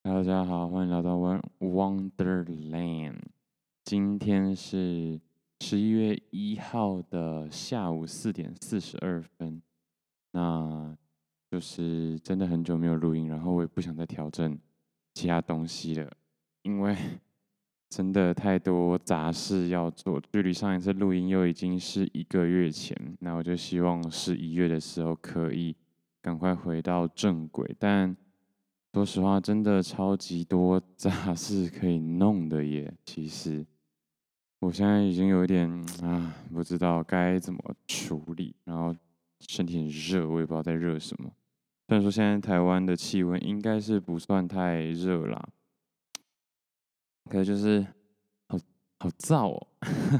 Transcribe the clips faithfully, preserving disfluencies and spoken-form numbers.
Hello，大家好，欢迎来到 Won- Wonderland。今天是十一月一号的下午四点四十二分。那就是真的很久没有录音，然后我也不想再调整其他东西了，因为真的太多杂事要做。距离上一次录音又已经是一个月前，那我就希望十一月的时候可以赶快回到正轨，但说实话，真的超级多杂事可以弄的耶。其实我现在已经有一点啊，不知道该怎么处理，然后身体很热，我也不知道在热什么。虽然说现在台湾的气温应该是不算太热啦，可是就是好好燥哦。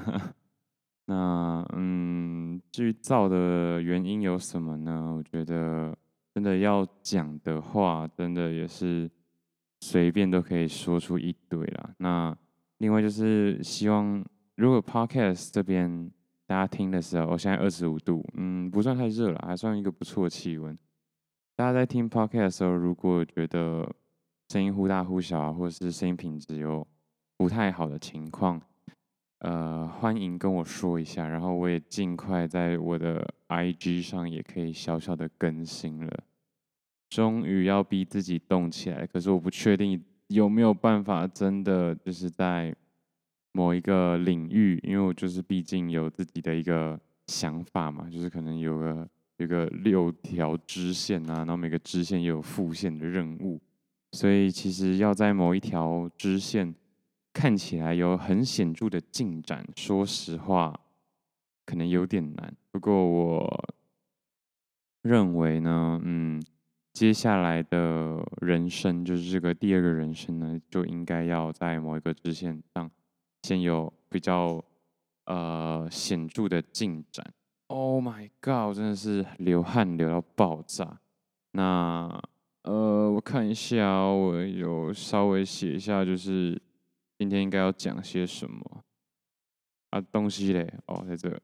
那嗯，至于燥的原因有什么呢？我觉得真的要讲的话，真的也是随便都可以说出一堆啦。那另外就是希望，如果 Podcast 这边大家听的时候，我现在二十五度，嗯，不算太热了，还算一个不错的气温。大家在听 Podcast 的时候，如果觉得声音忽大忽小啊，或者是声音品质有不太好的情况，呃，欢迎跟我说一下，然后我也尽快在我的 I G 上也可以小小的更新了。终于要逼自己动起来，可是我不确定有没有办法真的就是在某一个领域，因为我就是毕竟有自己的一个想法嘛，就是可能有个有个六条支线啊，然后每个支线也有副线的任务，所以其实要在某一条支线看起来有很显著的进展，说实话可能有点难。不过我认为呢，嗯，接下来的人生就是这个第二个人生呢，就应该要在某一个支线上先有比较呃显著的进展。Oh my god！真的是流汗流到爆炸。那呃，我看一下哦，我有稍微写一下，就是今天应该要讲些什么啊？东西嘞，哦，在这。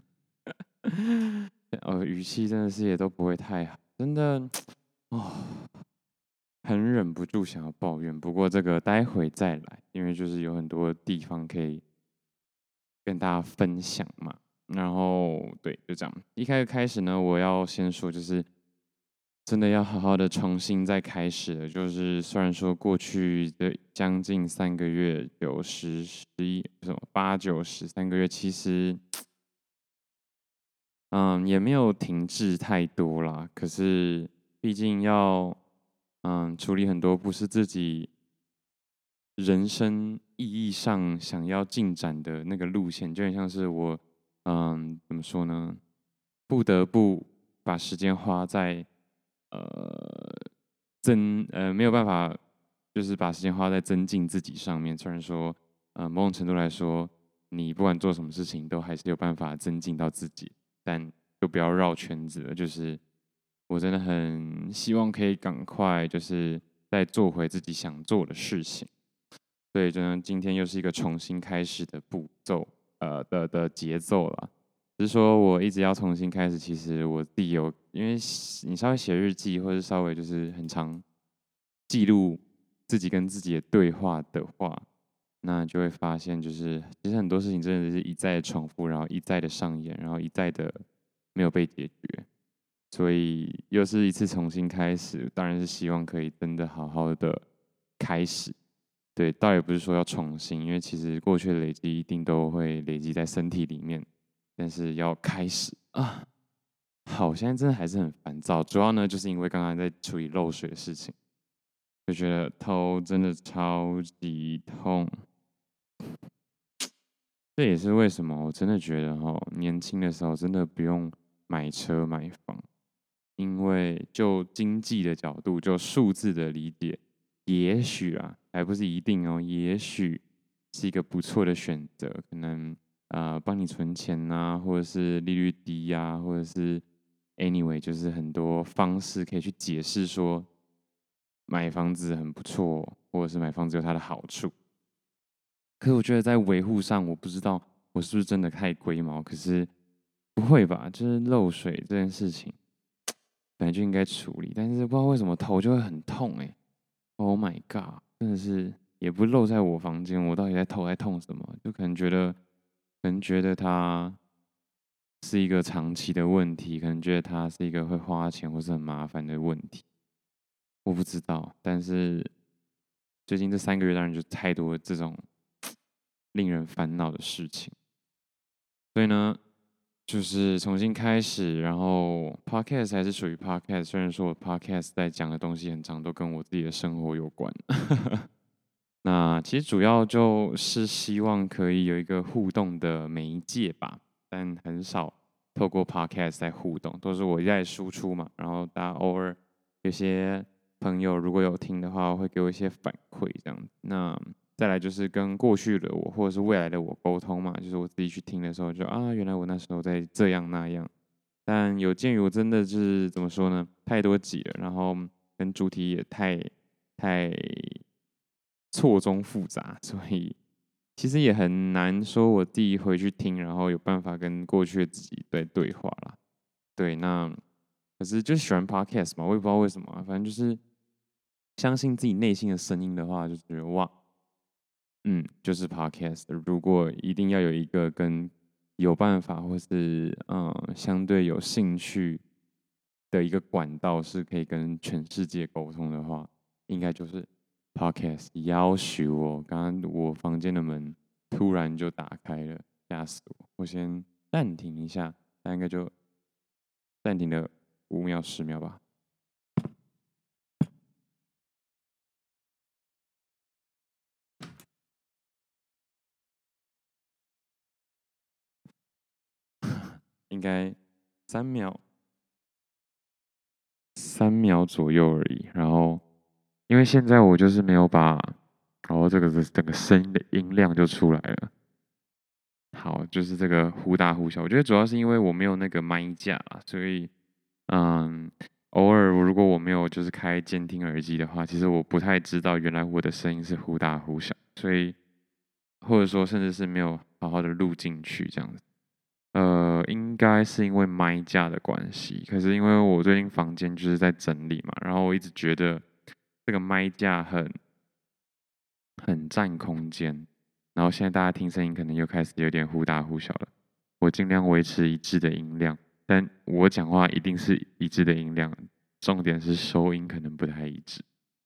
呃，语气真的是也都不会太好，真的哦，很忍不住想要抱怨。不过这个待会再来，因为就是有很多地方可以跟大家分享嘛。然后对，就这样。一开始开始呢，我要先说，就是真的要好好的重新再开始了。就是虽然说过去的将近三个月，九十、十一什么八九十三个月，其实嗯，也没有停滞太多啦。可是毕竟要嗯处理很多不是自己人生意义上想要进展的那个路线，就很像是我嗯怎么说呢，不得不把时间花在呃增呃没有办法，就是把时间花在增进自己上面。虽然说呃某种程度来说，你不管做什么事情，都还是有办法增进到自己。但就不要绕圈子了。就是我真的很希望可以赶快，就是再做回自己想做的事情。所以，真的今天又是一个重新开始的步骤，呃的的节奏了。只是说我一直要重新开始，其实我自己有，因为你稍微写日记，或者稍微就是很长记录自己跟自己的对话的话，那就会发现，就是其实很多事情真的是一再的重复，然后一再的上演，然后一再的没有被解决，所以又是一次重新开始。当然是希望可以真的好好的开始。对，倒也不是说要重新，因为其实过去的累积一定都会累积在身体里面，但是要开始啊。好，现在真的还是很烦躁，主要呢就是因为刚刚在处理漏水的事情，就觉得头真的超级痛。这也是为什么我真的觉得哈，年轻的时候真的不用买车买房，因为就经济的角度，就数字的理解，也许啊，还不是一定哦，也许是一个不错的选择，可能呃帮你存钱呐、或者是利率低呀、或者是 anyway，就是很多方式可以去解释说买房子很不错，或者是买房子有它的好处。可是我觉得在维护上，我不知道我是不是真的太龟毛，可是不会吧？就是漏水这件事情本来就应该处理，但是不知道为什么头就会很痛哎、 Oh my god！真的是也不漏在我房间，我到底在头在痛什么？就可能觉得，可能觉得它是一个长期的问题，可能觉得它是一个会花钱或是很麻烦的问题，我不知道。但是最近这三个月当然就太多这种令人烦恼的事情，所以呢，就是重新开始，然后 podcast 还是属于 podcast，虽然说我 podcast 在讲的东西很长，都跟我自己的生活有关。那其实主要就是希望可以有一个互动的媒介吧，但很少透过 podcast 在互动，都是我在输出嘛，然后大家偶尔有些朋友如果有听的话，会给我一些反馈这样子。那再来就是跟过去的我或者是未来的我沟通嘛，就是我自己去听的时候就啊，原来我那时候在这样那样。但有鉴于我真的是怎么说呢，太多集了，然后跟主题也太太错综复杂，所以其实也很难说我自己回去听，然后有办法跟过去的自己在对话啦。对，那可是就喜欢 podcast 嘛，我也不知道为什么啊，反正就是相信自己内心的声音的话，就觉得哇，嗯，就是 podcast。如果一定要有一个跟有办法或是嗯相对有兴趣的一个管道，是可以跟全世界沟通的话，应该就是 podcast。要求我，刚刚我房间的门突然就打开了，吓死我！我先暂停一下，大概就暂停了五秒十秒吧。应该三秒三秒左右而已。然后，因为现在我就是没有把，然后这个是整个声音的音量就出来了。好，就是这个忽大忽小。我觉得主要是因为我没有那个麦架啦，所以嗯，偶尔如果我没有就是开监听耳机的话，其实我不太知道原来我的声音是忽大忽小，所以或者说甚至是没有好好的录进去这样子。呃，应该是因为麦架的关系，可是因为我最近房间就是在整理嘛，然后我一直觉得这个麦架很很占空间，然后现在大家听声音可能又开始有点忽大忽小了。我尽量维持一致的音量，但我讲话一定是一致的音量，重点是收音可能不太一致。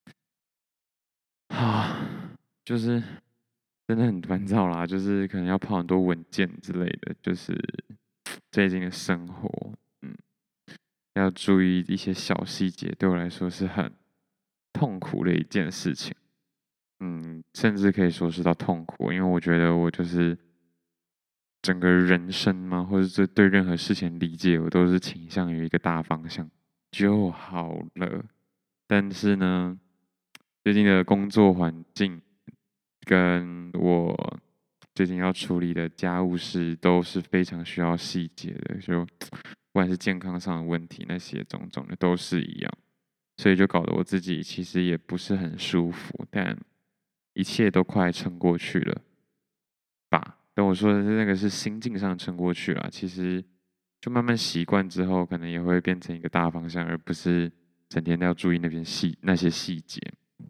啊，就是真的很烦躁啦，就是可能要跑很多文件之类的，就是最近的生活，嗯，要注意一些小细节，对我来说是很痛苦的一件事情。嗯，甚至可以说是到痛苦，因为我觉得我就是整个人生嘛，或者是对任何事情理解，我都是倾向于一个大方向就好了。但是呢，最近的工作环境跟我最近要处理的家务事都是非常需要细节的，就不管是健康上的问题，那些种种的都是一样，所以就搞得我自己其实也不是很舒服，但一切都快撑过去了吧。但我说的是那个是心境上撑过去了，其实就慢慢习惯之后，可能也会变成一个大方向，而不是整天都要注意那边细那些细节。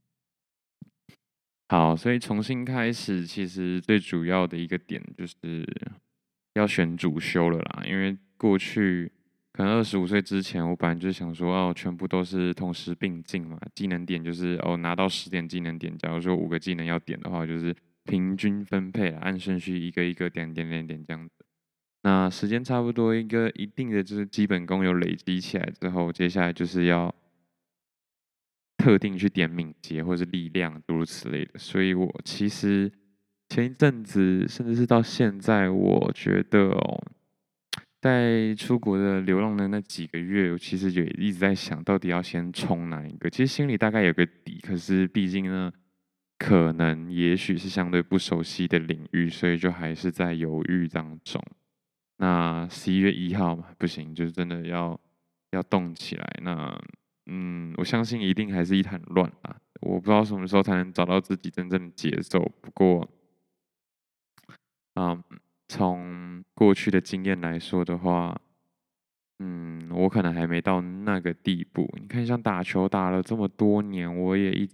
好，所以重新开始，其实最主要的一个点就是要选主修了啦。因为过去可能二十五岁之前，我本来就是想说，哦，全部都是同时并进嘛，技能点就是哦拿到十点技能点，假如说五个技能要点的话，就是平均分配啦，按顺序一个一个点点点点这样子。那时间差不多一个一定的就是基本功有累积起来之后，接下来就是要特定去点敏捷或是力量，诸如此类的。所以我其实前一阵子，甚至是到现在，我觉得哦，在出国的流浪的那几个月，我其实也一直在想，到底要先冲哪一个。其实心里大概有个底，可是毕竟呢，可能也许是相对不熟悉的领域，所以就还是在犹豫当中。那十一月一号嘛，不行，就是真的要要动起来。那嗯，我相信一定还是一团乱啊！我不知道什么时候才能找到自己真正的节奏。不过，嗯，从过去的经验来说的话，嗯，我可能还没到那个地步。你看，像打球打了这么多年，我也一直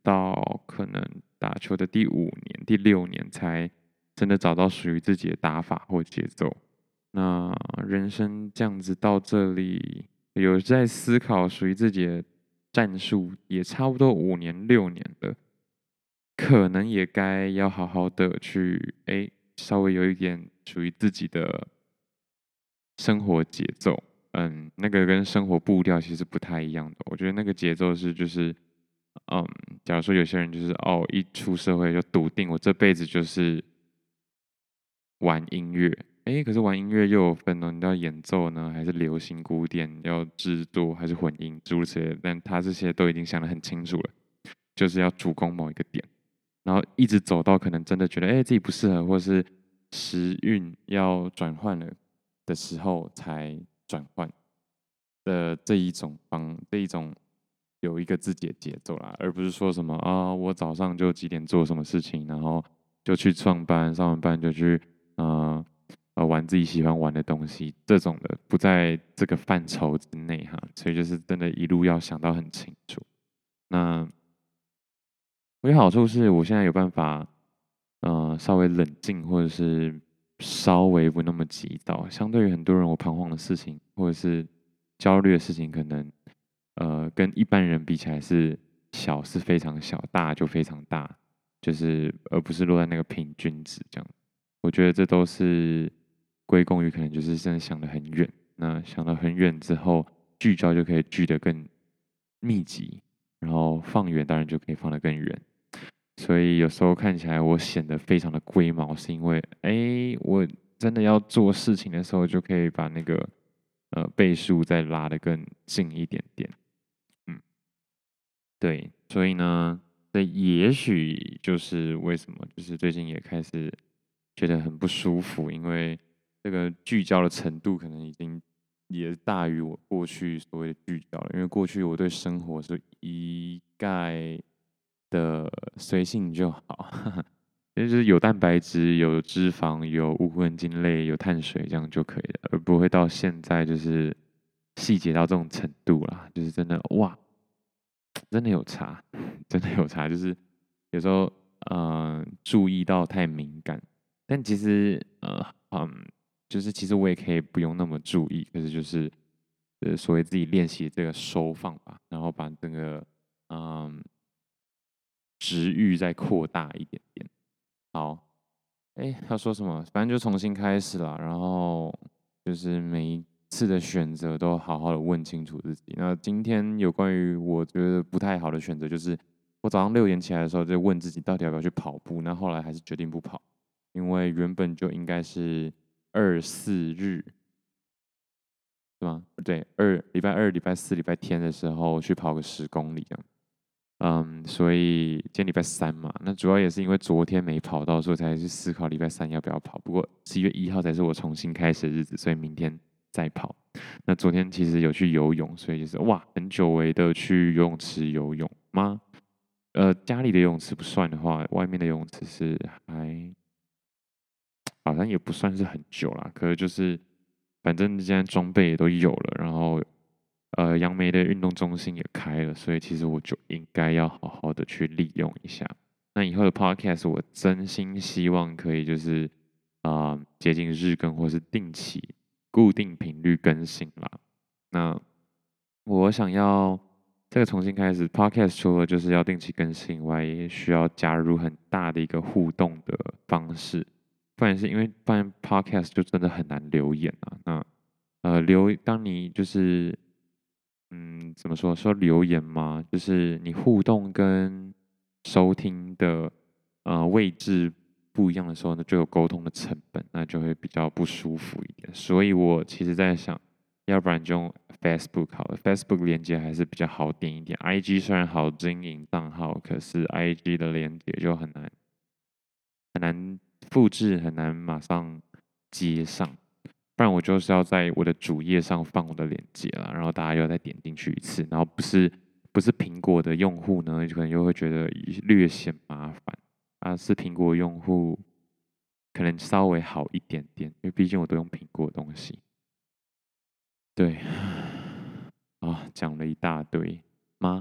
到可能打球的第五年、第六年，才真的找到属于自己的打法或节奏。那人生这样子到这里，有在思考属于自己的战术，也差不多五年、六年了，可能也该要好好的去，哎，稍微有一点属于自己的生活节奏。嗯，那个跟生活步调其实不太一样的。我觉得那个节奏是就是，嗯，假如说有些人就是哦，一出社会就笃定我这辈子就是玩音乐。哎，可是玩音乐又有分哦，你要演奏呢，还是流行古典，要制作还是混音，诸如此类的。但他这些都已经想得很清楚了，就是要主攻某一个点，然后一直走到可能真的觉得哎自己不适合，或是时运要转换了的时候才转换的这一种方这一种有一个自己的节奏啦，而不是说什么啊我早上就几点做什么事情，然后就去上班，上完班就去呃呃玩自己喜欢玩的东西，这种的不在这个范畴之内哈，所以就是真的一路要想到很清楚。那我有好处是我现在有办法，呃，稍微冷静，或者是稍微不那么急躁。相对于很多人，我彷徨的事情或者是焦虑的事情，可能呃跟一般人比起来是小是非常小，大就非常大，就是而不是落在那个平均值这样。我觉得这都是归功于可能就是真的想得很远，那想得很远之后，聚焦就可以聚得更密集，然后放远当然就可以放得更远。所以有时候看起来我显得非常的龟毛，是因为哎，诶我真的要做事情的时候，就可以把那个呃倍数再拉得更近一点点。嗯，对，所以呢，这也许就是为什么，就是最近也开始觉得很不舒服，因为这个聚焦的程度可能已经也大于我过去所谓的聚焦了。因为过去我对生活是一概的随性就好，就是有蛋白质、有脂肪、有五根茎类、有碳水这样就可以了，而不会到现在就是细节到这种程度啦，就是真的哇。真的有差，真的有差，就是有时候呃注意到太敏感，但其实呃嗯，就是其实我也可以不用那么注意，可是就是呃所谓自己练习这个收放吧，然后把这个嗯值域再扩大一点点。好，哎，要说什么？反正就重新开始啦，然后就是每一次的选择都好好的问清楚自己。那今天有关于我觉得不太好的选择，就是我早上六点起来的时候就问自己到底要不要去跑步，那后来还是决定不跑，因为原本就应该是二四日，是吗？对，二礼拜二、礼拜四、礼拜天的时候去跑个十公里这样。嗯，所以今天礼拜三嘛，那主要也是因为昨天没跑到，所以才去思考礼拜三要不要跑。不过十一月一号才是我重新开始的日子，所以明天再跑。那昨天其实有去游泳，所以就是哇，很久违的去游泳池游泳吗？呃，家里的游泳池不算的话，外面的游泳池是还好像也不算是很久啦，可是就是反正现在装备也都有了，然后呃杨梅的运动中心也开了，所以其实我就应该要好好的去利用一下。那以后的 podcast 我真心希望可以就是啊、呃接近日更或是定期固定频率更新啦。那我想要这个重新开始 podcast，除了就是要定期更新以外，也需要加入很大的一个互动的方式。不然是因为不然 podcast 就真的很难留言啊。那呃留当你就是嗯怎么说说留言吗？就是你互动跟收听的呃位置不一样的时候呢，就有沟通的成本，那就会比较不舒服一点。所以我其实在想，要不然就用 Facebook 好了，Facebook 连接还是比较好点一点。I G 虽然好经营账号，可是 I G 的连接就很难很难复制，很难马上接上。不然我就是要在我的主页上放我的链接啦，然后大家又要再点进去一次，然后不是不是苹果的用户呢，可能又会觉得略显麻烦啊，是苹果用户可能稍微好一点点，因为毕竟我都用苹果的东西。对，啊，讲了一大堆吗？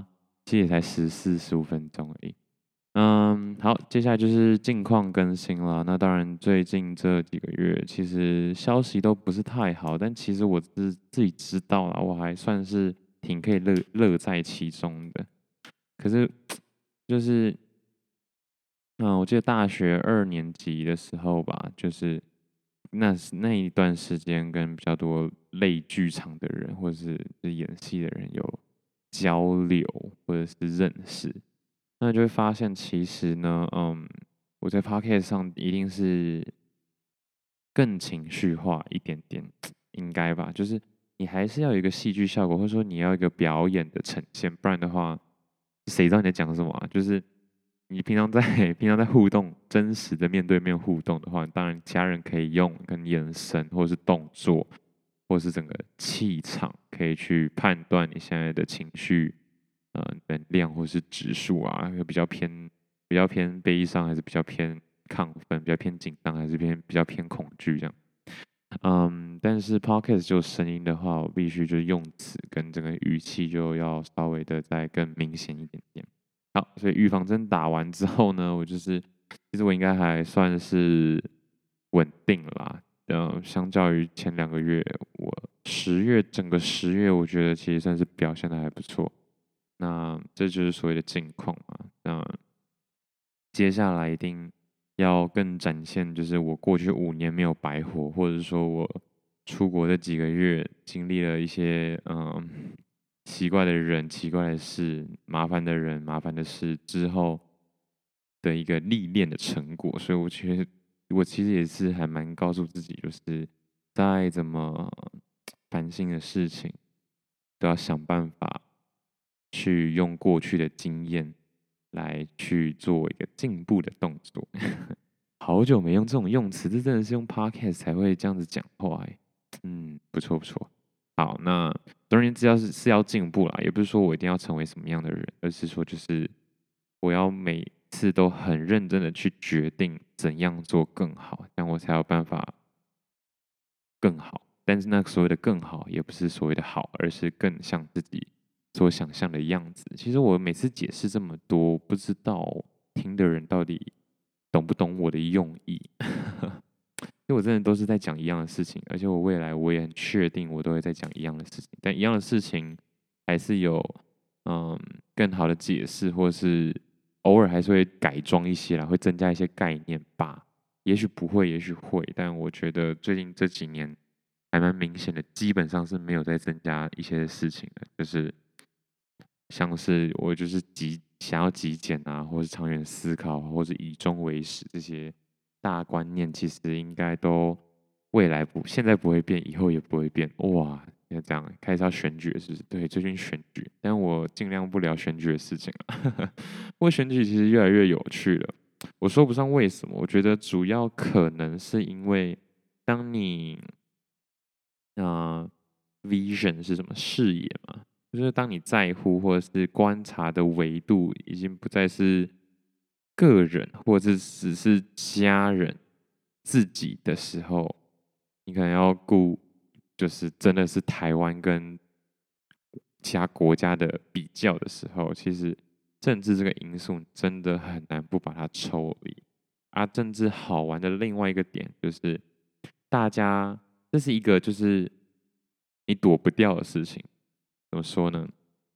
其实也才十四、十五分钟而已。嗯，好，接下来就是近况更新了。那当然，最近这几个月其实消息都不是太好，但其实我自自己知道了，我还算是挺可以乐乐在其中的。可是就是嗯，我记得大学二年级的时候吧，就是那时那一段时间跟比较多类剧场的人，或者是就是演戏的人有交流或者是认识，那就会发现其实呢，嗯，我在 podcast 上一定是更情绪化一点点，应该吧？就是你还是要有一个戏剧效果，或者说你要有一个表演的呈现，不然的话，谁知道你在讲什么啊？就是你平常在平常在互动，真实的面对面互动的话，当然家人可以用跟眼神或者是动作，或者是整个气场，可以去判断你现在的情绪，呃，能量或是指数啊，比较偏比较偏悲伤，还是比较偏亢奋，比较偏紧张，还是偏比较偏恐惧这样。嗯，但是 podcast 就声音的话，我必须就是用词跟这个语气就要稍微的再更明显一点点。好，所以预防针打完之后呢，我就是其实我应该还算是稳定了啦。嗯，相较于前两个月，我十月整个十月，我觉得其实算是表现的还不错。那这就是所谓的近况嘛。那接下来一定要更展现，就是我过去五年没有白活，或者说我出国这几个月经历了一些嗯奇怪的人、奇怪的事、麻烦的人、麻烦的事之后的一个历练的成果，所以我觉得我其实也是还蛮告诉自己，就是再怎么烦心的事情，都要想办法去用过去的经验来去做一个进步的动作。好久没用这种用词，这真的是用 podcast 才会这样子讲话哎。嗯，不错不错。好，那总而言之，要是是要进步啦，也不是说我一定要成为什么样的人，而是说就是我要每次都很认真的去决定怎样做更好，这样我才有办法更好。但是那所谓的更好，也不是所谓的好，而是更像自己所想象的样子。其实我每次解释这么多，不知道听的人到底懂不懂我的用意。因为我真的都是在讲一样的事情，而且我未来我也很确定，我都会在讲一样的事情。但一样的事情还是有嗯更好的解释，或是偶尔还是会改装一些啦，会增加一些概念吧。也许不会，也许会，但我觉得最近这几年还蛮明显的，基本上是没有再增加一些事情的，就是像是我就是极想要极简啊，或是长远思考，或是以终为始这些大观念，其实应该都未来不现在不会变，以后也不会变。哇，要这样开始要选举了是不是？对，最近选举，但我尽量不聊选举的事情了。不过选举其实越来越有趣了。我说不上为什么，我觉得主要可能是因为当你呃，vision 是什么视野嘛？就是当你在乎或者是观察的维度已经不再是个人，或者是只是家人自己的时候，你可能要顾，就是真的是台湾跟其他国家的比较的时候，其实政治这个因素真的很难不把它抽离。啊，政治好玩的另外一个点就是，大家这是一个就是你躲不掉的事情。怎么说呢？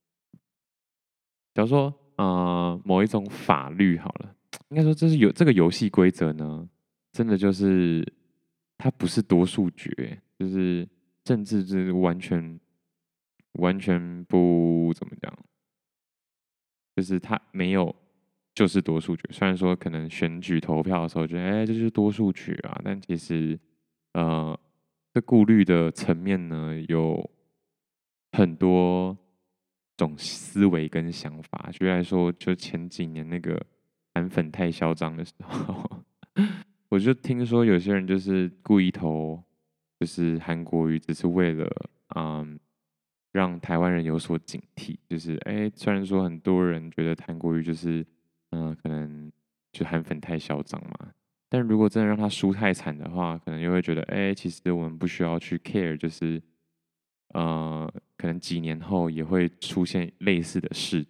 假如说呃某一种法律好了，应该说这是有这个游戏规则呢，真的就是它不是多数决，就是政治是完全完全不怎么讲，就是它没有就是多数决。虽然说可能选举投票的时候觉得哎这就是多数决啊，但其实呃这顾虑的层面呢有很多种思维跟想法。举例来说，就前几年那个韩粉太嚣张的时候，我就听说有些人就是故意投，就是韩国瑜，只是为了嗯让台湾人有所警惕。就是哎，诶虽然说很多人觉得韩国瑜就是嗯、呃可能就韩粉太嚣张嘛，但如果真的让他输太惨的话，可能又会觉得哎，诶其实我们不需要去 care，就是呃可能几年后也会出现类似的事件。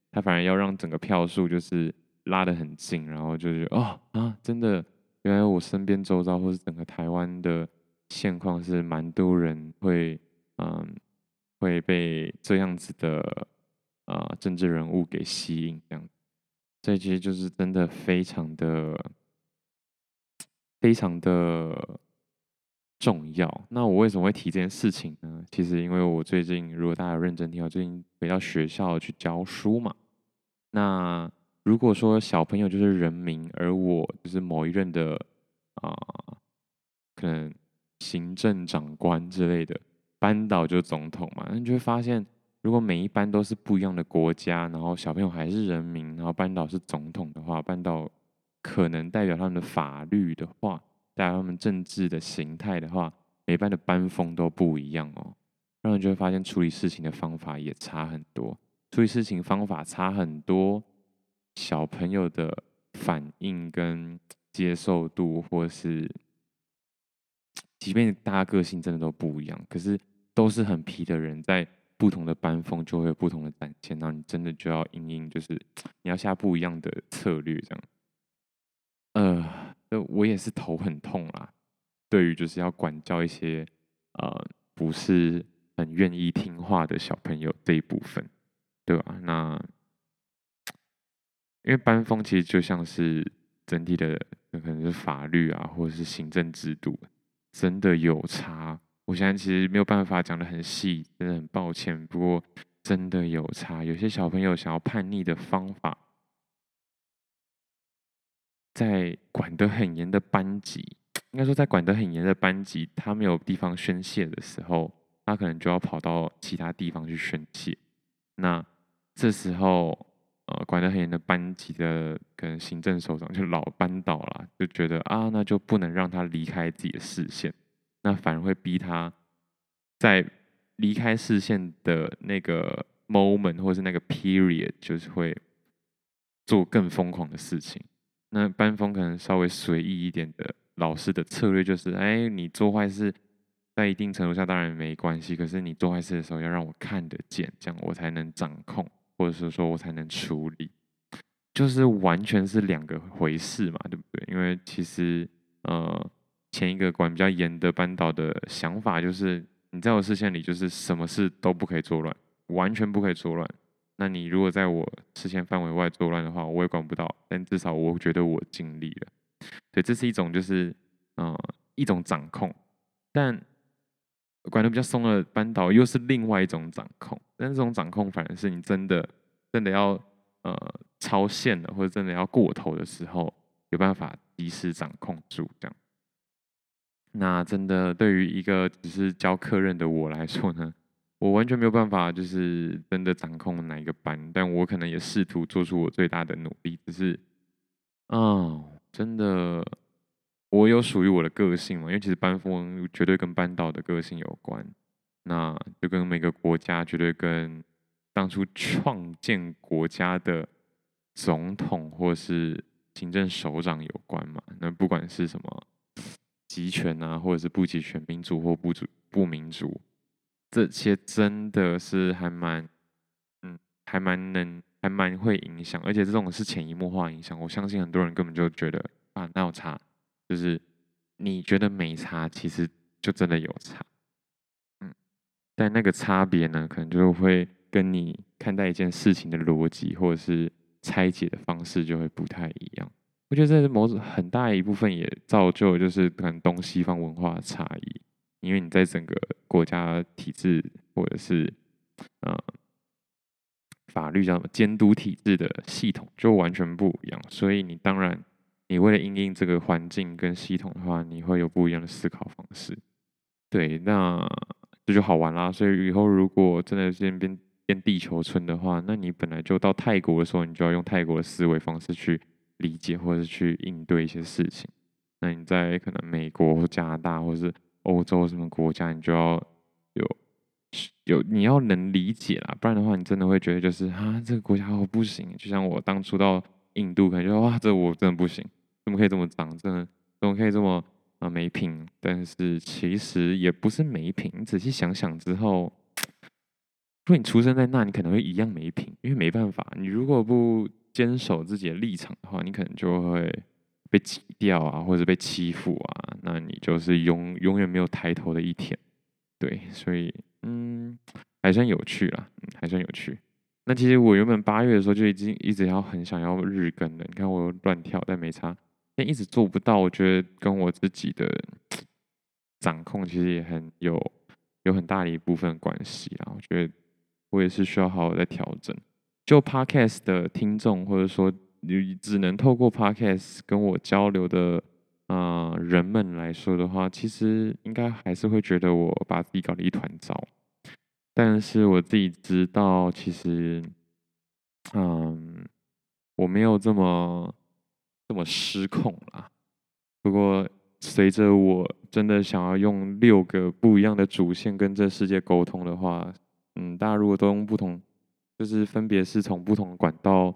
他反而要让整个票数就是拉得很近，然后就觉得哦啊，真的，原来我身边周遭或是整个台湾的现况是蛮多人会嗯会被这样子的啊、呃政治人物给吸引，这样，所以其实就是真的非常的非常的重要。那我为什么会提这件事情呢？其实因为我最近，如果大家有认真听，我最近回到学校去教书嘛。那如果说小朋友就是人民，而我就是某一任的啊、可能行政长官之类的，班导就是总统嘛，那你就会发现，如果每一班都是不一样的国家，然后小朋友还是人民，然后班导是总统的话，班导可能代表他们的法律的话，代表他们政治的形态的话，每班的班风都不一样哦，然后你就会发现处理事情的方法也差很多。处理事情方法差很多，小朋友的反应跟接受度，或是即便大家个性真的都不一样，可是都是很皮的人，在不同的班风就会有不同的展现，然后你真的就要因应，就是你要下不一样的策略，这样。呃，呃我也是头很痛啦，对于就是要管教一些呃不是很愿意听话的小朋友这一部分，对吧？那因为班风其实就像是整体的，可能是法律啊，或者是行政制度，真的有差。我现在其实没有办法讲得很细，真的很抱歉。不过真的有差，有些小朋友想要叛逆的方法，在管得很严的班级，应该说在管得很严的班级，他没有地方宣泄的时候，他可能就要跑到其他地方去宣泄。那这时候，呃，管得很严的班级的可能行政首长就老班导啦，就觉得啊，那就不能让他离开自己的视线，那反而会逼他在离开视线的那个 moment 或是那个 period，就是会做更疯狂的事情。那班风可能稍微随意一点的老师的策略就是，哎，你做坏事，在一定程度下当然没关系，可是你做坏事的时候要让我看得见，这样我才能掌控，或者是说我才能处理，就是完全是两个回事嘛，对不对？因为其实呃，前一个管比较严的班导的想法就是，你在我视线里就是什么事都不可以作乱，完全不可以作乱。那你如果在我视线范围外作乱的话，我也管不到，但至少我觉得我尽力了。对，这是一种就是，呃，一种掌控，但管得比较松的班导又是另外一种掌控，但这种掌控反而是你真的真的要呃超限了，或者真的要过头的时候，有办法及时掌控住这样。那真的对于一个只是教课任的我来说呢，我完全没有办法，就是真的掌控哪一个班，但我可能也试图做出我最大的努力，只是，哦，真的，我有属于我的个性嘛，因为其实班风绝对跟班导的个性有关，那就跟每个国家绝对跟当初创建国家的总统或是行政首长有关嘛，那不管是什么。集权啊，或者是不集权、民主或不主不民主，这些真的是还蛮，嗯，还蛮能，还蛮会影响，而且这种是潜移默化影响。我相信很多人根本就觉得啊，那有差，就是你觉得没差，其实就真的有差，嗯，但那个差别呢，可能就会跟你看待一件事情的逻辑或者是拆解的方式就会不太一样。我觉得这是某种很大一部分也造就就是可能东西方文化的差异，因为你在整个国家体制或者是呃法律叫什么监督体制的系统就完全不一样，所以你当然你为了因应这个环境跟系统的话，你会有不一样的思考方式。对，那这就好玩啦。所以以后如果真的是变变地球村的话，那你本来就到泰国的时候，你就要用泰国的思维方式去理解或者是去应对一些事情。那你在可能美国或加拿大或是欧洲什么国家，你就要有有你要能理解啦，不然的话，你真的会觉得就是啊，这个国家我不行。就像我当初到印度，可能就哇，这我真的不行，怎么可以这么脏？真的怎么可以这么啊没品？但是其实也不是没品，你仔细想想之后， 如果你出生在那，你可能会一样没品，因为没办法，你如果不坚守自己的立场的话，你可能就会被挤掉啊，或者被欺负啊，那你就是永永远没有抬头的一天。对，所以嗯，还算有趣啦，嗯，还算有趣。那其实我原本八月的时候就已经一直要很想要日更了，你看我乱跳，但没差，但一直做不到，我觉得跟我自己的掌控其实也很有有很大的一部分关系啊。我觉得我也是需要好好在调整。就 Podcast 的听众，或者说你只能透过 Podcast 跟我交流的啊、呃人们来说的话，其实应该还是会觉得我把自己搞得一团糟。但是我自己知道，其实，嗯，我没有这么这么失控啦。不过，随着我真的想要用六个不一样的主线跟这世界沟通的话，嗯，大家如果都用不同，就是分别是从不同的管道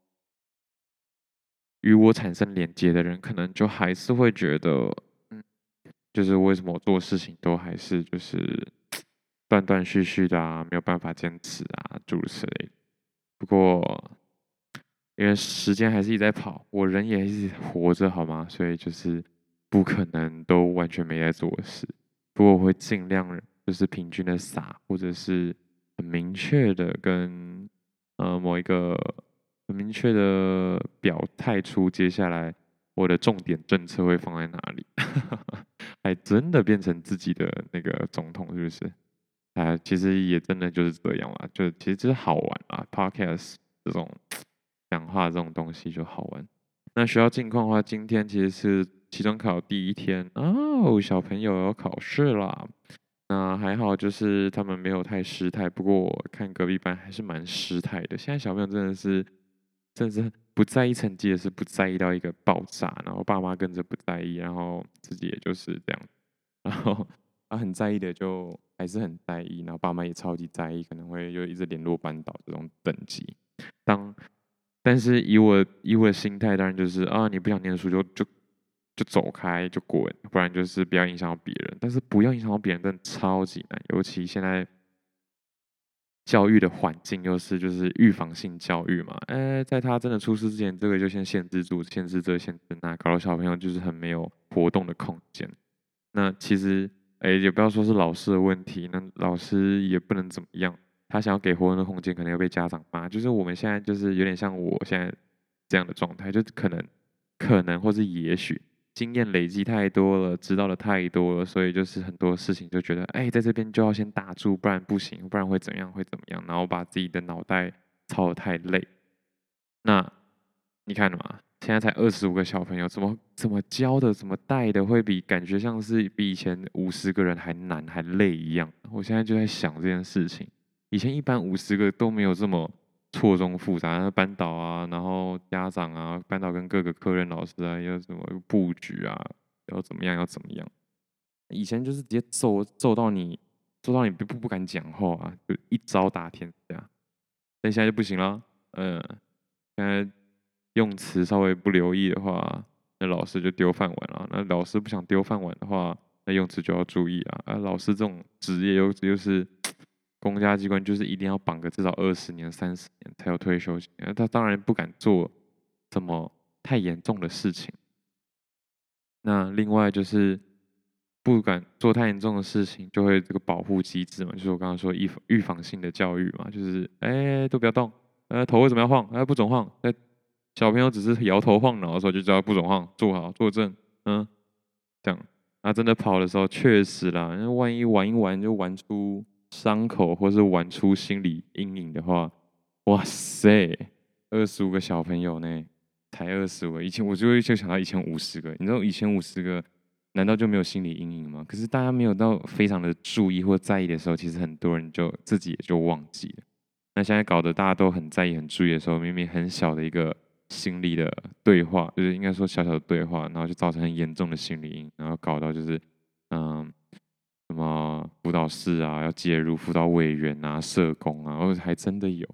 与我产生连接的人，可能就还是会觉得，嗯，就是为什么我做事情都还是就是断断续续的啊，没有办法坚持啊，诸如此类的。不过，因为时间还是一直在跑，我人也一直活着，好吗？所以就是不可能都完全没在做事。不过我会尽量就是平均的撒，或者是很明确的跟呃某一个很明确的表态出接下来我的重点政策会放在哪里，还真的变成自己的那个总统，是不是？啊，其实也真的就是这样啦，就其实就是好玩啦，Podcast 这种讲话这种东西就好玩。那学校近况的话，今天其实是期中考第一天哦，小朋友要考试啦。那还好，就是他们没有太失态，不过我看隔壁班还是蛮失态的。现在小朋友真的是，真的是不在意成绩，也是不在意到一个爆炸，然后爸妈跟着不在意，然后自己也就是这样，然后他很在意的就还是很在意，然后爸妈也超级在意，可能会就一直联络班导这种等级。当但是以我以我的心态，当然就是啊，你不想念书就就就走开就滚，不然就是不要影响到别人。但是不要影响到别人，真的超级难，尤其现在教育的环境又是就是预防性教育嘛，哎，在他真的出事之前，这个就先限制住，限制这，限制那，搞得小朋友就是很没有活动的空间。那其实，哎，也不要说是老师的问题，那老师也不能怎么样。他想要给活动的空间，可能要被家长骂。就是我们现在就是有点像我现在这样的状态，就可能可能或是也许经验累积太多了，知道的太多了，所以就是很多事情就觉得，哎，在这边就要先打住，不然不行，不然会怎样会怎么样，然后把自己的脑袋操得太累。那你看嘛，现在才二十五个小朋友，怎么怎么教的，怎么带的，会比感觉像是比以前五十个人还难还累一样。我现在就在想这件事情，以前一般五十个都没有这么错综复杂，班导啊，然后家长啊，班导跟各个科任老师啊，要怎么布局啊，要怎么样要怎么样。以前就是直接揍揍到你，揍到你不不敢讲话啊，就一招打天下。但现在就不行了，嗯，现在用词稍微不留意的话，那老师就丢饭碗了。那老师不想丢饭碗的话，那用词就要注意啊。啊，老师这种职业又又是公家机关，就是一定要绑个至少二十年、三十年才有退休金。那他当然不敢做什么太严重的事情。那另外就是不敢做太严重的事情，就会这个保护机制嘛，就是我刚刚说预防预防性的教育嘛，就是哎都不要动，呃头为什么要晃？哎不准晃，哎小朋友只是摇头晃脑的时候就知道不准晃，坐好坐正，嗯这样。那真的跑的时候确实啦，那万一玩一玩就玩出伤口，或是玩出心理阴影的话，哇塞，二十五个小朋友呢。才二十个，以前我就会就想到以前五十个，你知道以前五十个，难道就没有心理阴影吗？可是大家没有到非常的注意或在意的时候，其实很多人就自己也就忘记了。那现在搞得大家都很在意、很注意的时候，明明很小的一个心理的对话，就是应该说小小的对话，然后就造成很严重的心理阴影，然后搞到就是嗯什么辅导室啊要介入，辅导委员啊、社工啊，哦还真的有。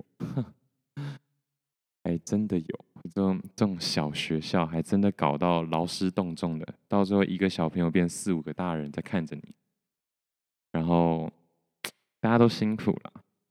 还真的有这种这种小学校，还真的搞到劳师动众的，到最后一个小朋友变四五个大人在看着你，然后大家都辛苦了，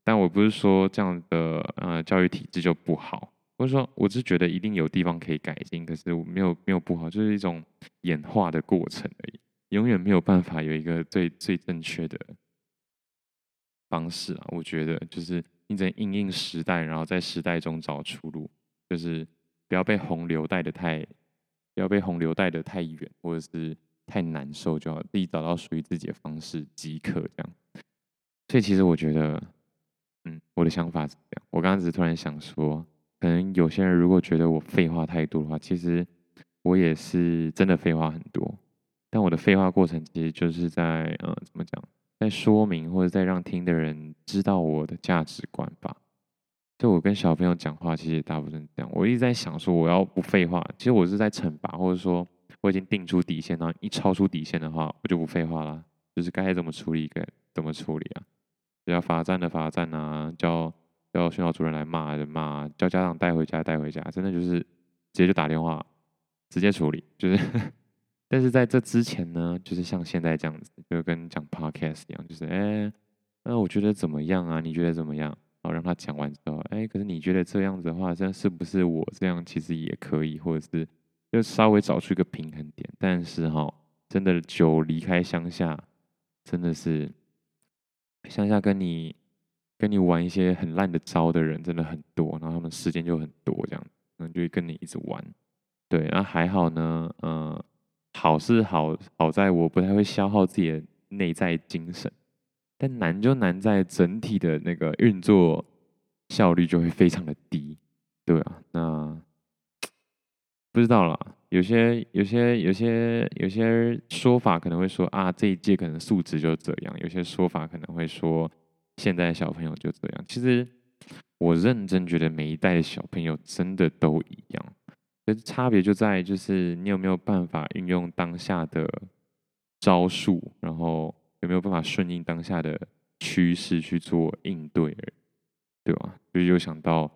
但我不是说这样的呃教育体制就不好，或者说我是觉得一定有地方可以改进，可是我没有没有不好，就是一种演化的过程而已，永远没有办法有一个最最正确的方式啊。我觉得就是你只能因应时代，然后在时代中找出路，就是不要被洪流带的太，不要被洪流带的太远，或者是太难受就好，自己找到属于自己的方式即可这样。所以其实我觉得，嗯，我的想法是这样。我刚刚只是突然想说，可能有些人如果觉得我废话太多的话，其实我也是真的废话很多。但我的废话过程其实就是在呃，怎么讲，在说明或者在让听的人知道我的价值观吧。就我跟小朋友讲话，其实也大部分是这样。我一直在想说，我要不废话，其实我是在惩罚，或者说我已经定出底线，然后一超出底线的话，我就不废话啦，就是该怎么处理该怎么处理啊。要罚站的罚站啊，叫叫训导主任来骂的骂，叫家长带回家带回家，真的就是直接就打电话，直接处理。就是但是在这之前呢，就是像现在这样子，就跟讲 podcast 一样，就是哎，那、我觉得怎么样啊？你觉得怎么样？然后让他讲完之后，哎，可是你觉得这样子的话，这样是不是我这样其实也可以，或者是就稍微找出一个平衡点？但是哈，真的久离开乡下，真的是乡下跟你跟你玩一些很烂的招的人真的很多，然后他们时间就很多这样，然后就会跟你一直玩。对，然后还好呢，呃，好是好好在我不太会消耗自己的内在精神，但难就难在整体的那个运作效率就会非常的低。对啊，那不知道啦，有些有些有些有些说法可能会说啊，这一届可能素质就这样；有些说法可能会说现在的小朋友就这样。其实我认真觉得每一代的小朋友真的都一样，可是差别就在就是你有没有办法运用当下的招数，然后有没有办法顺应当下的趋势去做应对而已，对吧？就是有想到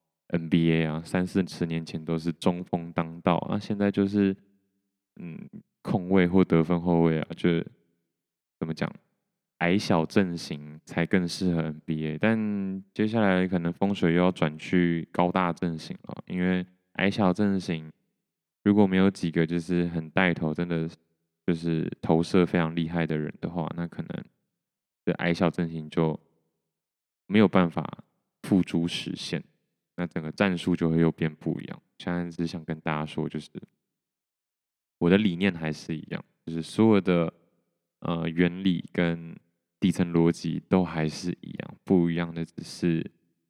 N B A 啊，三四十年前都是中锋当道啊，现在就是嗯控卫或得分后卫啊，就怎么讲，矮小阵型才更适合 N B A，但接下来可能风水又要转去高大阵型了，因为矮小阵型如果没有几个就是很带头，真的就是投射非常厉害的人的话，那可能这矮小阵型就没有办法付诸实现，那整个战术就会又变不一样。现在只想跟大家说，就是我的理念还是一样，就是所有的呃原理跟底层逻辑都还是一样，不一样的只是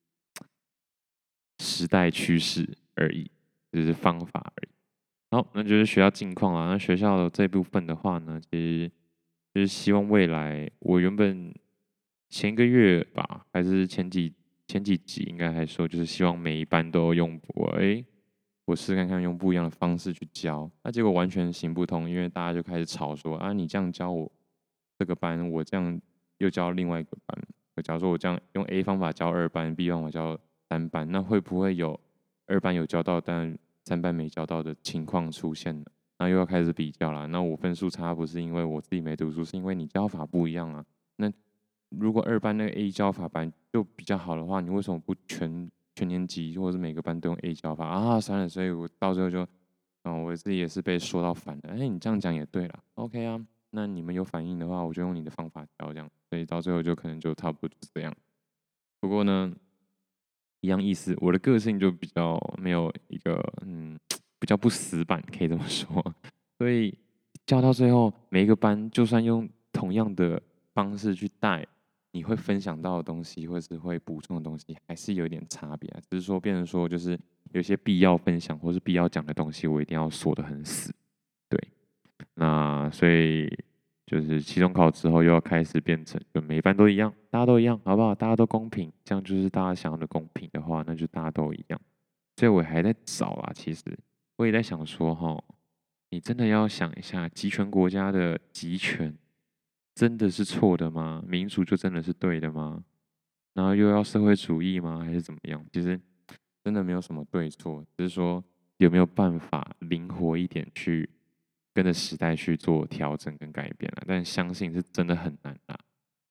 时代趋势而已，就是方法而已。好，那就是学校近况啊。那学校的这部分的话呢，其实就是希望未来，我原本前一个月吧，还是前几前几集应该还说，就是希望每一班都用我诶，我试看看用不一样的方式去教。那结果完全行不通，因为大家就开始吵说啊，你这样教我这个班，我这样又教另外一个班。我假如说我这样用 A 方法教二班，B 方法教三班，那会不会有二班有教到，但三班没教到的情况出现了？那又要开始比较了。那我分数差不是因为我自己没读书，是因为你教法不一样啊。那如果二班那个 A 教法班就比较好的话，你为什么不全全年级或者是每个班都用 A 教法啊？算了，所以我到最后就，嗯，我自己也是被说到烦了。哎，你这样讲也对了，OK 啊。那你们有反应的话，我就用你的方法教这样。所以到最后就可能就差不多就是这样。不过呢，一样意思，我的个性就比较没有一个嗯，比较不死板，可以这么说。所以教到最后，每一个班就算用同样的方式去带，你会分享到的东西，或是会补充的东西，还是有一点差别啊。只是说，变成说，就是有些必要分享或是必要讲的东西，我一定要说的很死。对，那所以就是期中考之后又要开始变成，就每一班都一样，大家都一样，好不好？大家都公平，这样就是大家想要的公平的话，那就大家都一样。所以我还在找啊，其实我也在想说，哈，你真的要想一下，集权国家的集权真的是错的吗？民主就真的是对的吗？然后又要社会主义吗？还是怎么样？其实真的没有什么对错，只是说有没有办法灵活一点去跟着时代去做调整跟改变了。但相信是真的很难啊。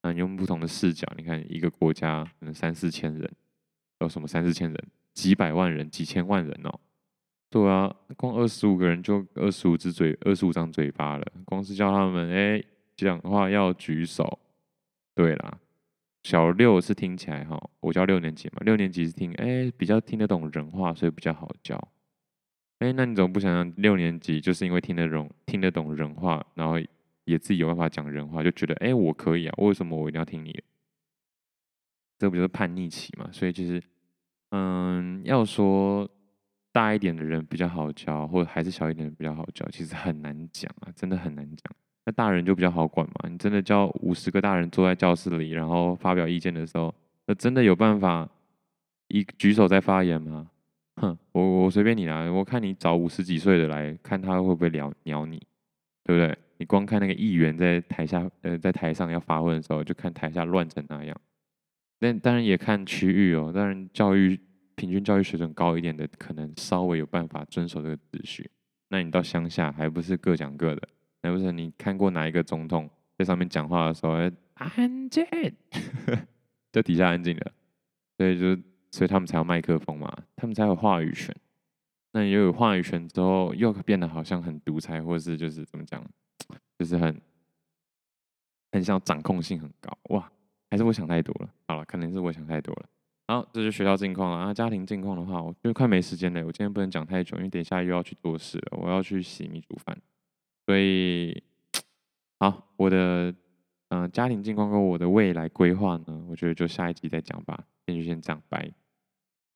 嗯，用不同的视角，你看一个国家可能三四千人，有什么三四千人，几百万人、几千万人哦。对啊，光二十五个人就二十五只嘴，二十五张嘴巴了。光是叫他们哎讲话要举手。对啦，小六是听起来哈，我教六年级嘛，六年级是听哎比较听得懂人话，所以比较好教。哎，那你怎么不想让六年级就是因为听得懂听得懂人话，然后也自己有办法讲人话，就觉得哎我可以啊，为什么我一定要听你的？这不就是叛逆期嘛？所以其实，嗯，要说大一点的人比较好教，或者还是小一点的比较好教，其实很难讲啊，真的很难讲。那大人就比较好管嘛，你真的叫五十个大人坐在教室里，然后发表意见的时候，那真的有办法一举手在发言吗？哼，我我随便你啦，我看你找五十几岁的来看他会不会聊鸟你，对不对？你光看那个议员在台下，呃，在台上要发问的时候，就看台下乱成那样。但当然也看区域哦，当然教育平均教育水准高一点的，可能稍微有办法遵守这个秩序。那你到乡下还不是各讲各的？还不是你看过哪一个总统在上面讲话的时候，哎安静，在底下安静的，所以就所以他们才有麦克风嘛，他们才有话语权。那也有话语权之后，又变得好像很独裁，或是就是怎么讲，就是很很像掌控性很高哇。还是我想太多了。好了，可能是我想太多了。好，这就是学校近况了啊。家庭近况的话，我就快没时间了。我今天不能讲太久，因为等一下又要去做事了，我要去洗米煮饭。所以，好，我的嗯、呃家庭近况跟我的未来规划呢，我觉得就下一集再讲吧。今天就先这样，拜。